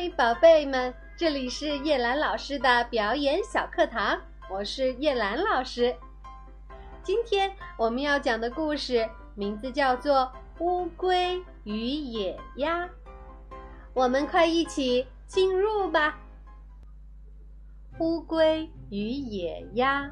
嗨，宝贝们，这里是叶兰老师的表演小课堂，我是叶兰老师。今天我们要讲的故事名字叫做《乌龟与野鸭》，我们快一起进入吧。乌龟与野鸭。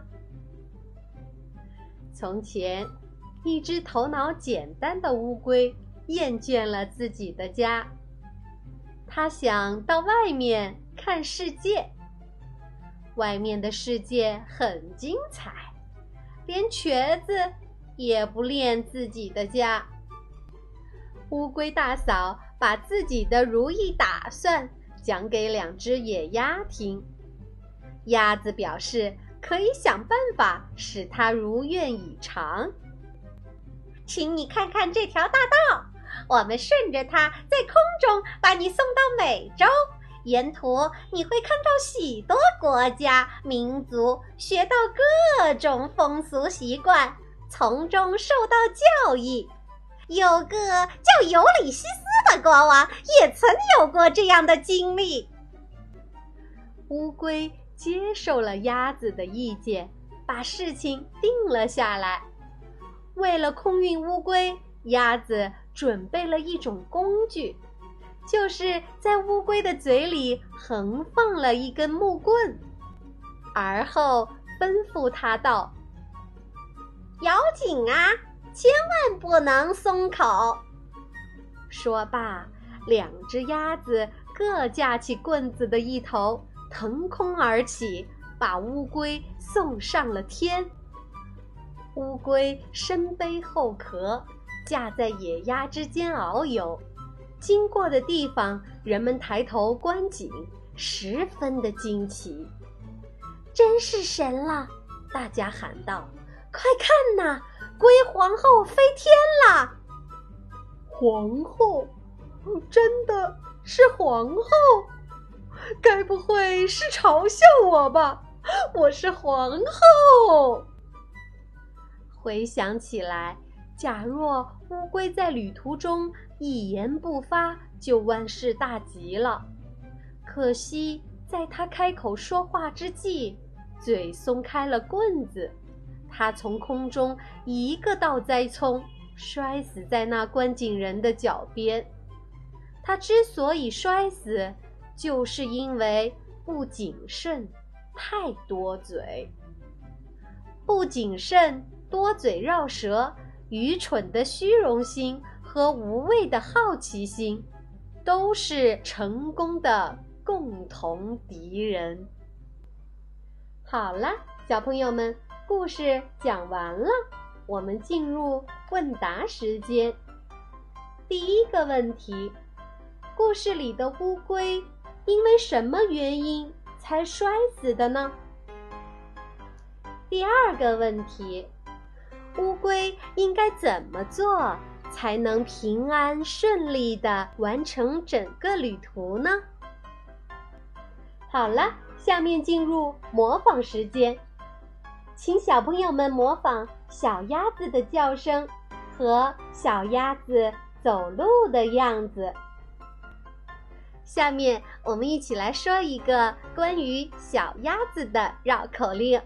从前，一只头脑简单的乌龟厌倦了自己的家，它想到外面看世界。外面的世界很精彩，连瘸子也不恋自己的家。乌龟大嫂把自己的如意打算讲给两只野鸭听，鸭子表示可以想办法使它如愿以偿。请你看看这条大道，我们顺着它在空中把你送到美洲，沿途你会看到许多国家民族，学到各种风俗习惯，从中受到教育。有个叫尤里西斯的国王也曾有过这样的经历。乌龟接受了鸭子的意见，把事情定了下来。为了空运乌龟，鸭子准备了一种工具，就是在乌龟的嘴里横放了一根木棍，而后吩咐它道：咬紧啊，千万不能松口。说罢，两只鸭子各架起棍子的一头，腾空而起，把乌龟送上了天。乌龟身背后壳，架在野鸭之间遨游，经过的地方人们抬头观景，十分的惊奇。真是神了，大家喊道，快看呐，龟皇后飞天了。皇后？真的是皇后？该不会是嘲笑我吧？我是皇后。回想起来，假若乌龟在旅途中一言不发，就万事大吉了。可惜在它开口说话之际，嘴松开了棍子，它从空中一个倒栽葱，摔死在那观景人的脚边。它之所以摔死，就是因为不谨慎，太多嘴。不谨慎，多嘴绕舌，愚蠢的虚荣心和无谓的好奇心，都是成功的共同敌人。好了，小朋友们，故事讲完了，我们进入问答时间。第一个问题，故事里的乌龟因为什么原因才摔死的呢？第二个问题，乌龟应该怎么做才能平安顺利地完成整个旅途呢？好了，下面进入模仿时间，请小朋友们模仿小鸭子的叫声和小鸭子走路的样子。下面我们一起来说一个关于小鸭子的绕口令。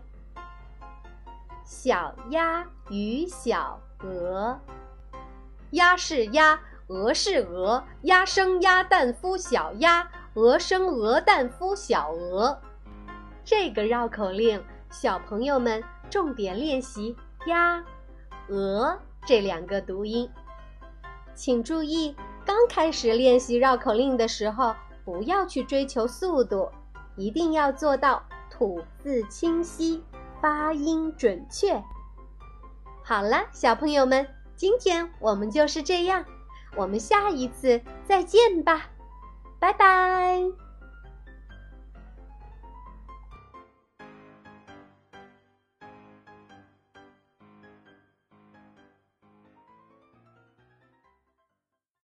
小鸭与小鹅，鸭是鸭，鹅是鹅，鸭生鸭蛋孵小鸭，鹅生鹅蛋孵小鹅。这个绕口令，小朋友们重点练习鸭、鹅这两个读音。请注意，刚开始练习绕口令的时候，不要去追求速度，一定要做到吐字清晰，发音准确。好了，小朋友们，今天我们就是这样，我们下一次再见吧，拜拜。